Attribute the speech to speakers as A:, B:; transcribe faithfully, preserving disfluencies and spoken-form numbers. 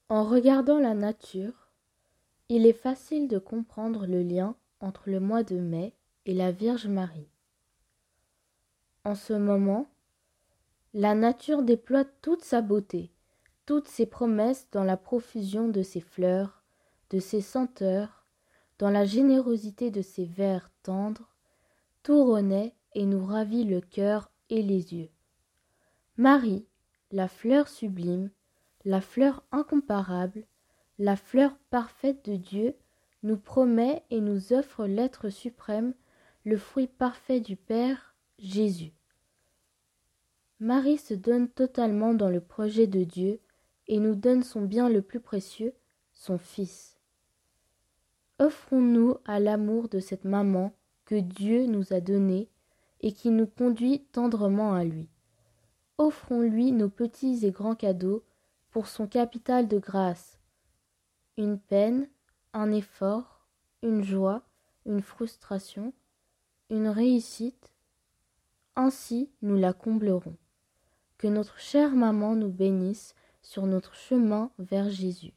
A: En regardant la nature, il est facile de comprendre le lien entre le mois de mai et la Vierge Marie. En ce moment, la nature déploie toute sa beauté, toutes ses promesses dans la profusion de ses fleurs, de ses senteurs, dans la générosité de ses vers tendres. Tout renaît et nous ravit le cœur et les yeux. Marie, la fleur sublime, la fleur incomparable, la fleur parfaite de Dieu, nous promet et nous offre l'être suprême, le fruit parfait du Père, Jésus. Marie se donne totalement dans le projet de Dieu et nous donne son bien le plus précieux, son Fils. Offrons-nous à l'amour de cette maman que Dieu nous a donnée et qui nous conduit tendrement à lui. Offrons-lui nos petits et grands cadeaux pour son capital de grâce, une peine, un effort, une joie, une frustration, une réussite. Ainsi nous la comblerons. Que notre chère maman nous bénisse sur notre chemin vers Jésus.